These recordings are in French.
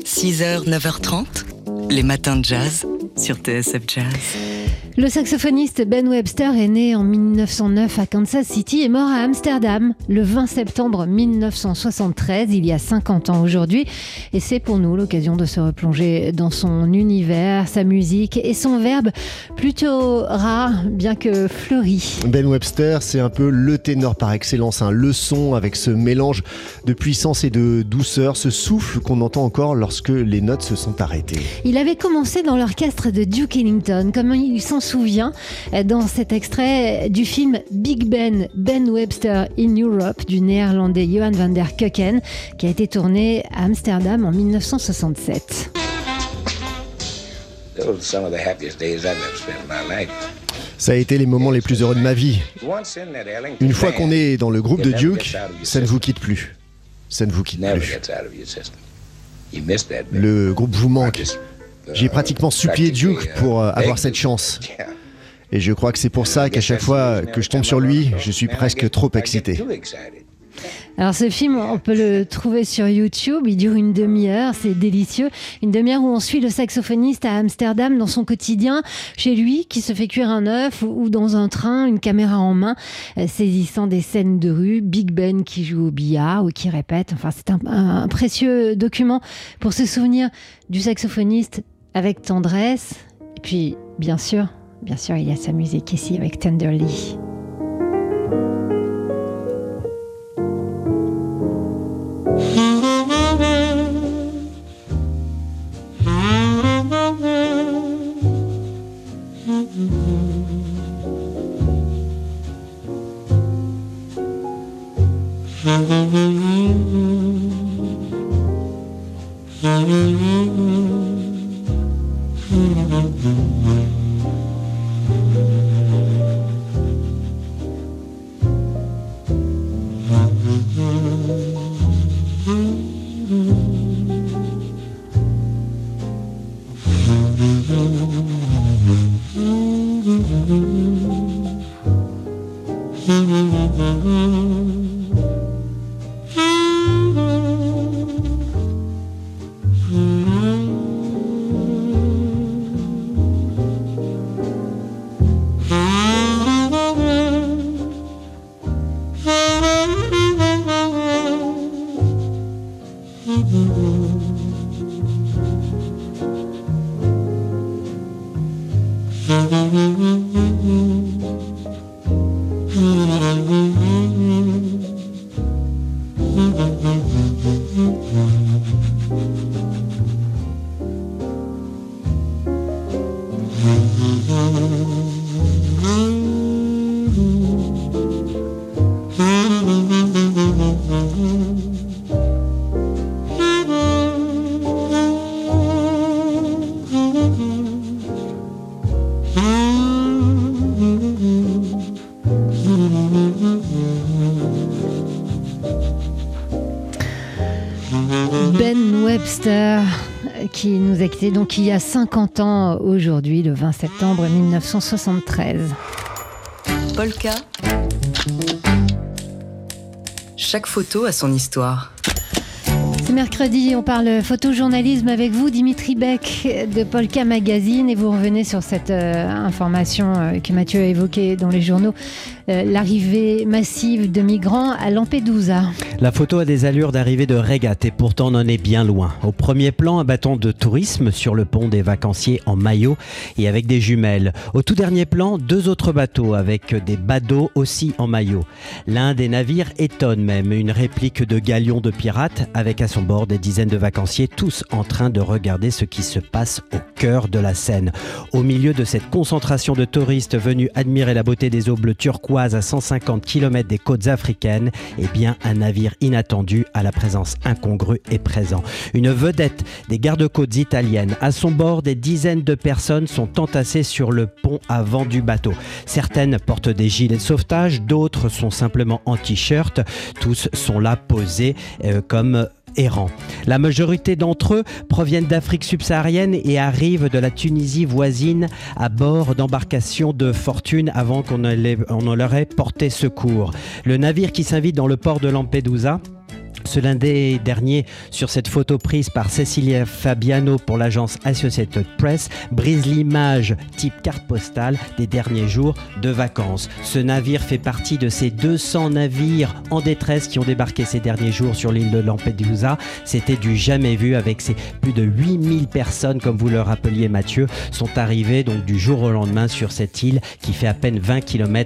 6h, 9h30, les matins de jazz sur TSF Jazz. Le saxophoniste Ben Webster est né en 1909 à Kansas City et mort à Amsterdam le 20 septembre 1973, il y a 50 ans aujourd'hui. Et c'est pour nous l'occasion de se replonger dans son univers, sa musique et son verbe plutôt rare, bien que fleuri. Ben Webster, c'est un peu le ténor par excellence, le son avec ce mélange de puissance et de douceur, ce souffle qu'on entend encore lorsque les notes se sont arrêtées. Il avait commencé dans l'orchestre de Duke Ellington, comme il s'en souvient dans cet extrait du film Big Ben, Ben Webster in Europe du néerlandais Johan van der Keuken, qui a été tourné à Amsterdam en 1967. Ça a été les moments les plus heureux de ma vie. Une fois qu'on est dans le groupe de Duke, ça ne vous quitte plus. Ça ne vous quitte plus. Le groupe vous manque. J'ai pratiquement supplié Duke pour avoir cette chance. Et je crois que c'est pour ça qu'à chaque fois que je tombe sur lui, je suis presque trop excité. Alors ce film, on peut le trouver sur YouTube, il dure une demi-heure, c'est délicieux. Une demi-heure où on suit le saxophoniste à Amsterdam dans son quotidien, chez lui qui se fait cuire un œuf ou dans un train, une caméra en main, saisissant des scènes de rue, Big Ben qui joue au billard ou qui répète. Enfin, c'est un précieux document pour se souvenir du saxophoniste avec tendresse. Et puis, bien sûr, il y a sa musique ici avec Tenderly. Ben Webster qui nous a quittés donc il y a 50 ans aujourd'hui, le 20 septembre 1973. Polka. Chaque photo a son histoire. C'est mercredi, on parle photojournalisme avec vous, Dimitri Beck de Polka Magazine, et vous revenez sur cette information que Mathieu a évoquée dans les journaux, l'arrivée massive de migrants à Lampedusa. La photo a des allures d'arrivée de régate et pourtant on en est bien loin. Au premier plan, un bâton de tourisme sur le pont des vacanciers en maillot et avec des jumelles. Au tout dernier plan, 2 autres bateaux avec des badauds aussi en maillot. L'un des navires étonne même, une réplique de galion de pirates avec à son bord des dizaines de vacanciers, tous en train de regarder ce qui se passe au cœur de la Seine. Au milieu de cette concentration de touristes venus admirer la beauté des eaux bleues turquoises à 150 km des côtes africaines, eh bien un navire inattendu à la présence incongrue est présent. Une vedette des gardes-côtes italiennes. À son bord, des dizaines de personnes sont entassées sur le pont avant du bateau. Certaines portent des gilets de sauvetage, d'autres sont simplement en t-shirt. Tous sont là posés comme errants. La majorité d'entre eux proviennent d'Afrique subsaharienne et arrivent de la Tunisie voisine à bord d'embarcations de fortune avant qu'on ne leur ait porté secours. Le navire qui s'invite dans le port de Lampedusa Ce lundi dernier, sur cette photo prise par Cecilia Fabiano pour l'agence Associated Press, brise l'image type carte postale des derniers jours de vacances. Ce navire fait partie de ces 200 navires en détresse qui ont débarqué ces derniers jours sur l'île de Lampedusa. C'était du jamais vu avec ces plus de 8000 personnes, comme vous le rappeliez Mathieu, sont arrivées donc du jour au lendemain sur cette île qui fait à peine 20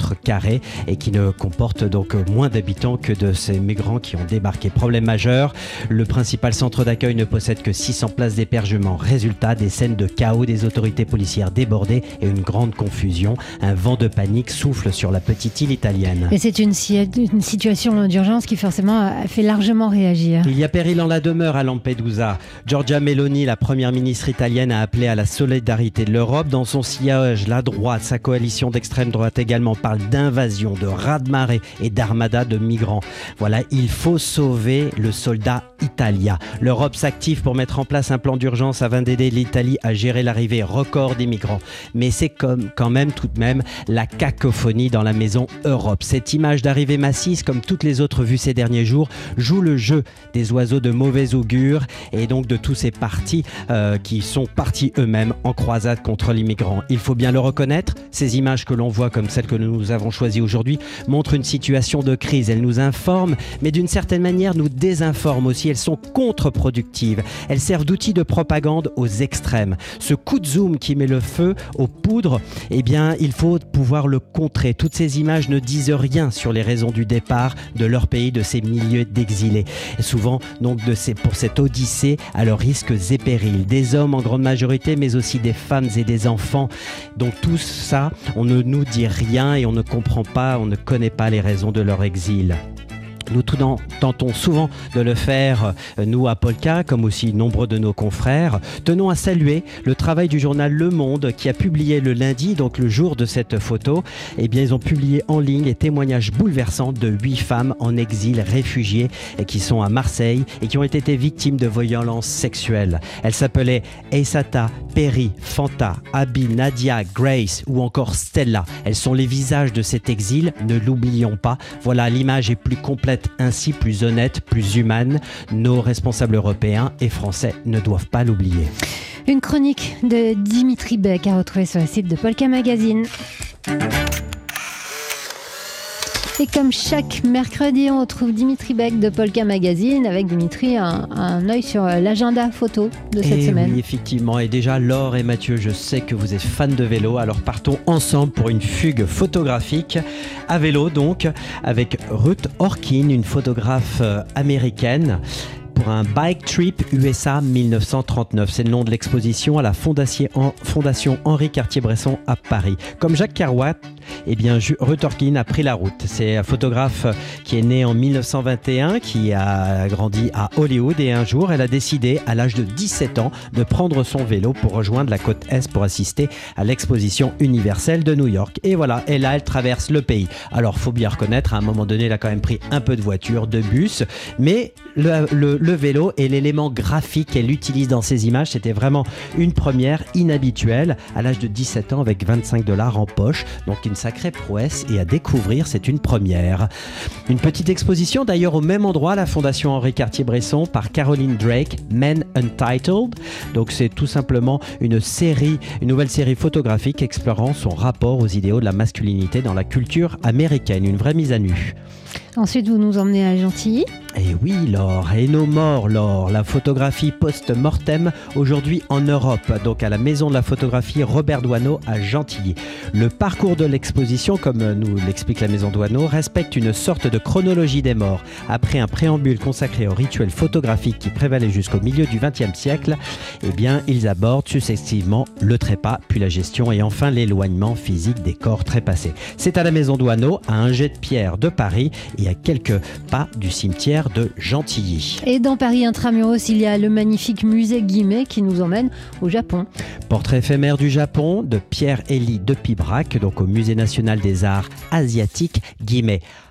km² et qui ne comporte donc moins d'habitants que de ces migrants qui ont débarqué. Problème majeur, le principal centre d'accueil ne possède que 600 places d'hébergement. Résultat, des scènes de chaos, des autorités policières débordées et une grande confusion. Un vent de panique souffle sur la petite île italienne. Et c'est une situation d'urgence qui forcément a fait largement réagir. Il y a péril en la demeure à Lampedusa. Giorgia Meloni, la première ministre italienne, a appelé à la solidarité de l'Europe. Dans son sillage, la droite, sa coalition d'extrême droite également, parle d'invasion, de raz-de-marée et d'armada de migrants. Voilà, il faut sauver le soldat Italia. L'Europe s'active pour mettre en place un plan d'urgence afin d'aider l'Italie à gérer l'arrivée record des migrants. Mais c'est quand même tout de même la cacophonie dans la maison Europe. Cette image d'arrivée massive, comme toutes les autres vues ces derniers jours, joue le jeu des oiseaux de mauvais augure et donc de tous ces partis qui sont partis eux-mêmes en croisade contre les migrants. Il faut bien le reconnaître, ces images que l'on voit comme celles que nous avons choisies aujourd'hui montrent une situation de crise. Elles nous informent, mais d'une certaine manière nous désinforment aussi. Elles sont contre-productives. Elles servent d'outils de propagande aux extrêmes. Ce coup de zoom qui met le feu aux poudres, eh bien, il faut pouvoir le contrer. Toutes ces images ne disent rien sur les raisons du départ de leur pays, de ces milieux d'exilés. Et souvent, donc, pour cette odyssée à leurs risques et périls. Des hommes en grande majorité, mais aussi des femmes et des enfants. Donc tout ça, on ne nous dit rien et on ne comprend pas, on ne connaît pas les raisons de leur exil. Nous tentons souvent de le faire, nous à Polka, comme aussi nombreux de nos confrères. Tenons à saluer le travail du journal Le Monde qui a publié le lundi, donc le jour de cette photo. Eh bien, ils ont publié en ligne les témoignages bouleversants de 8 femmes en exil, réfugiées, et qui sont à Marseille et qui ont été victimes de violences sexuelles. Elles s'appelaient Eissata, Perry, Fanta, Abby, Nadia, Grace ou encore Stella. Elles sont les visages de cet exil, ne l'oublions pas. Voilà, l'image est plus complète ainsi, plus honnête, plus humaine. Nos responsables européens et français ne doivent pas l'oublier. Une chronique de Dimitri Beck à retrouver sur le site de Polka Magazine. Et comme chaque mercredi, on retrouve Dimitri Beck de Polka Magazine. Avec Dimitri, un œil sur l'agenda photo de cette semaine. Oui, effectivement. Et déjà, Laure et Mathieu, je sais que vous êtes fans de vélo. Alors partons ensemble pour une fugue photographique à vélo, donc, avec Ruth Orkin, une photographe américaine. Pour un Bike Trip USA 1939. C'est le nom de l'exposition à la Fondation Henri Cartier-Bresson à Paris. Comme Jacques Kerouac, eh bien, Ruth Orkin a pris la route. C'est un photographe qui est né en 1921, qui a grandi à Hollywood et un jour, elle a décidé, à l'âge de 17 ans, de prendre son vélo pour rejoindre la côte Est pour assister à l'exposition universelle de New York. Et voilà, et là, elle traverse le pays. Alors, faut bien reconnaître, à un moment donné, elle a quand même pris un peu de voiture, de bus, mais le vélo et l'élément graphique qu'elle utilise dans ses images, c'était vraiment une première inhabituelle à l'âge de 17 ans avec $25 en poche. Donc une sacrée prouesse et à découvrir, c'est une première. Une petite exposition d'ailleurs au même endroit, la Fondation Henri Cartier-Bresson par Caroline Drake, Men Untitled. Donc c'est tout simplement une nouvelle série photographique explorant son rapport aux idéaux de la masculinité dans la culture américaine. Une vraie mise à nu. Ensuite, vous nous emmenez à Gentilly. Et oui, Laure, et nos morts, Laure, la photographie post-mortem aujourd'hui en Europe, donc à la Maison de la Photographie Robert Doisneau à Gentilly. Le parcours de l'exposition, comme nous l'explique la Maison Doisneau, respecte une sorte de chronologie des morts. Après un préambule consacré au rituel photographique qui prévalait jusqu'au milieu du XXe siècle, eh bien, ils abordent successivement le trépas, puis la gestion et enfin l'éloignement physique des corps trépassés. C'est à la Maison Doisneau, à un jet de pierre de Paris et à quelques pas du cimetière de Gentilly. Et dans Paris Intramuros, il y a le magnifique musée Guimet qui nous emmène au Japon. Portrait éphémère du Japon de Pierre-Élie de Pibrac, donc au Musée national des arts asiatiques Guimet.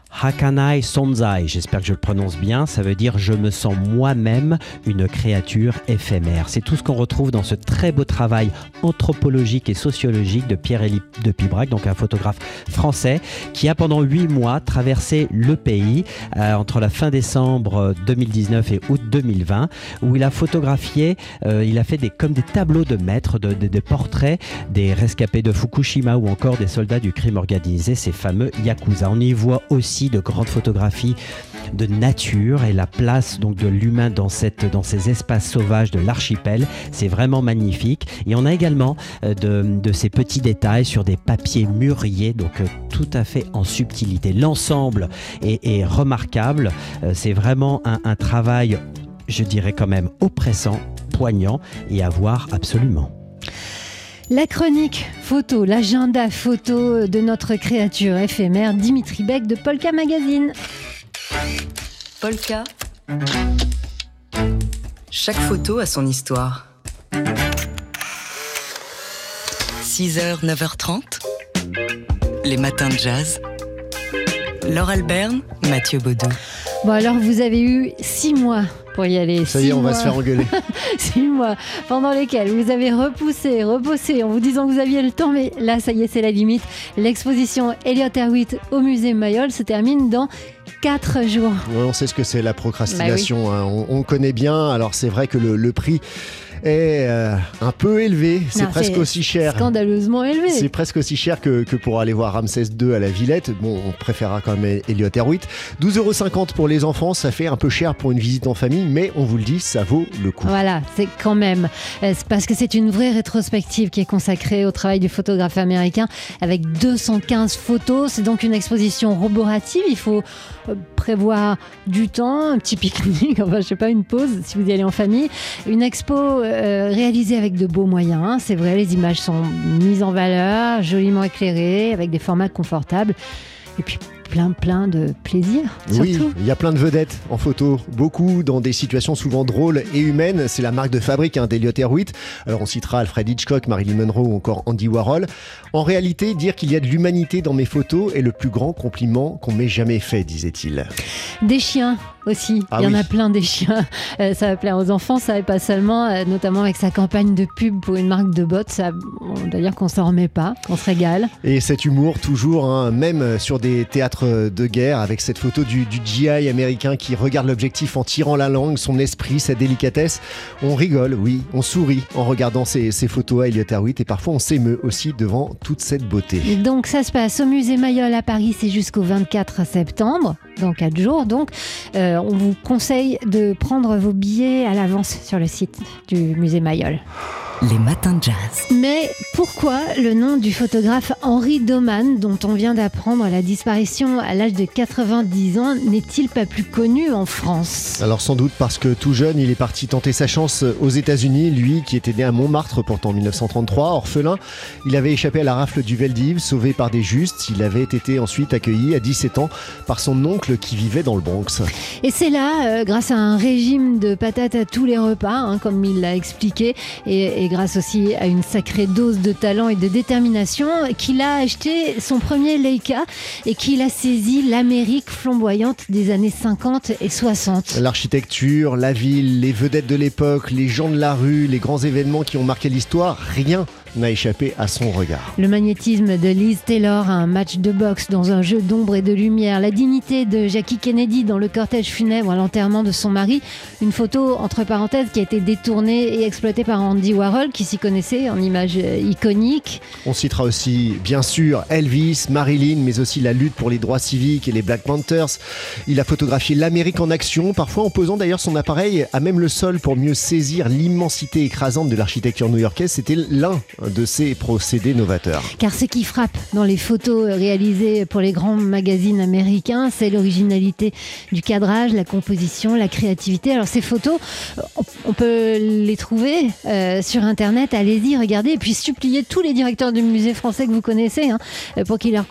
Hakanai Sonzai, j'espère que je le prononce bien, ça veut dire « je me sens moi-même une créature éphémère ». C'est tout ce qu'on retrouve dans ce très beau travail anthropologique et sociologique de Pierre-Élie de Pibrac, donc un photographe français qui a pendant 8 mois traversé le pays entre la fin décembre 2019 et août 2020, où il a photographié, il a fait comme des tableaux de maître, de portraits des rescapés de Fukushima ou encore des soldats du crime organisé, ces fameux Yakuza. On y voit aussi de grandes photographies de nature et la place donc de l'humain dans ces espaces sauvages de l'archipel. C'est vraiment magnifique. Et on a également de ces petits détails sur des papiers mûriers, donc tout à fait en subtilité. L'ensemble est remarquable. C'est vraiment un travail, je dirais quand même oppressant, poignant et à voir absolument. La chronique photo, l'agenda photo de notre créature éphémère, Dimitri Beck de Polka Magazine. Polka. Chaque photo a son histoire. 6h, 9h30. Les matins de jazz. Laure Alberne, Mathieu Baudou. Bon alors vous avez eu 6 mois pour y aller. Ça y est, on va se faire engueuler. 6 mois pendant lesquels vous avez repoussé en vous disant que vous aviez le temps, mais là ça y est, c'est la limite. L'exposition Elliott Erwitt au musée Mayol se termine dans 4 jours. Ouais, on sait ce que c'est la procrastination, bah oui. On connaît bien. Alors c'est vrai que le prix est un peu élevé, c'est presque aussi cher. Scandaleusement élevé. C'est presque aussi cher que pour aller voir Ramsès II à la Villette. Bon, on préférera quand même Elliott Erwitt. 12,50 € pour les enfants, ça fait un peu cher pour une visite en famille, mais on vous le dit, ça vaut le coup. Voilà, c'est quand même. C'est parce que c'est une vraie rétrospective qui est consacrée au travail du photographe américain avec 215 photos. C'est donc une exposition roborative. Il faut prévoir du temps, un petit pique-nique, enfin je sais pas, une pause si vous y allez en famille. Une expo réalisée avec de beaux moyens, hein. C'est vrai, les images sont mises en valeur, joliment éclairées, avec des formats confortables. Et puis plein de plaisir, surtout. Oui, il y a plein de vedettes en photo, beaucoup dans des situations souvent drôles et humaines. C'est la marque de fabrique d'Elliott Erwitt. Alors on citera Alfred Hitchcock, Marilyn Monroe ou encore Andy Warhol. En réalité, dire qu'il y a de l'humanité dans mes photos est le plus grand compliment qu'on m'ait jamais fait, disait-il. Des chiens aussi, il y en a plein des chiens. Ça va plaire aux enfants, ça et pas seulement, notamment avec sa campagne de pub pour une marque de bottes. Ça, d'ailleurs qu'on s'en remet pas, on se régale. Et cet humour toujours, même sur des théâtres de guerre, avec cette photo du GI américain qui regarde l'objectif en tirant la langue, son esprit, sa délicatesse. On rigole, oui, on sourit en regardant ces photos à Elliott Erwitt et parfois on s'émeut aussi devant toute cette beauté. Donc ça se passe au musée Mayol à Paris, c'est jusqu'au 24 septembre, dans 4 jours. Donc on vous conseille de prendre vos billets à l'avance sur le site du musée Mayol. Les matins de jazz. Mais pourquoi le nom du photographe Henri Dauman, dont on vient d'apprendre la disparition à l'âge de 90 ans, n'est-il pas plus connu en France ? Alors sans doute parce que tout jeune, il est parti tenter sa chance aux États-Unis. Lui qui était né à Montmartre pourtant en 1933, orphelin, il avait échappé à la rafle du Veldiv, sauvé par des justes. Il avait été ensuite accueilli à 17 ans par son oncle qui vivait dans le Bronx. Et c'est là, grâce à un régime de patates à tous les repas, comme il l'a expliqué, et grâce aussi à une sacrée dose de talent et de détermination, qu'il a acheté son premier Leica et qu'il a saisi l'Amérique flamboyante des années 50 et 60. L'architecture, la ville, les vedettes de l'époque, les gens de la rue, les grands événements qui ont marqué l'histoire, rien n'a échappé à son regard. Le magnétisme de Liz Taylor à un match de boxe dans un jeu d'ombre et de lumière, la dignité de Jackie Kennedy dans le cortège funèbre à l'enterrement de son mari, une photo entre parenthèses qui a été détournée et exploitée par Andy Warhol qui s'y connaissait en images iconiques. On citera aussi bien sûr Elvis, Marilyn, mais aussi la lutte pour les droits civiques et les Black Panthers. Il a photographié l'Amérique en action, parfois en posant d'ailleurs son appareil à même le sol pour mieux saisir l'immensité écrasante de l'architecture new-yorkaise. C'était l'un de ces procédés novateurs. Car ce qui frappe dans les photos réalisées pour les grands magazines américains, c'est l'originalité du cadrage, la composition, la créativité. Alors ces photos, on peut les trouver sur Internet, allez-y, regardez, et puis suppliez tous les directeurs du musée français que vous connaissez pour qu'ils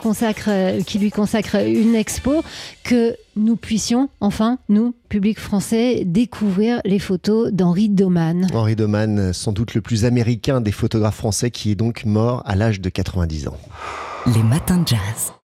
lui consacrent une expo, que nous puissions, enfin, nous, public français, découvrir les photos d'Henri Dauman. Henri Dauman, sans doute le plus américain des photographes français, qui est donc mort à l'âge de 90 ans. Les matins de jazz.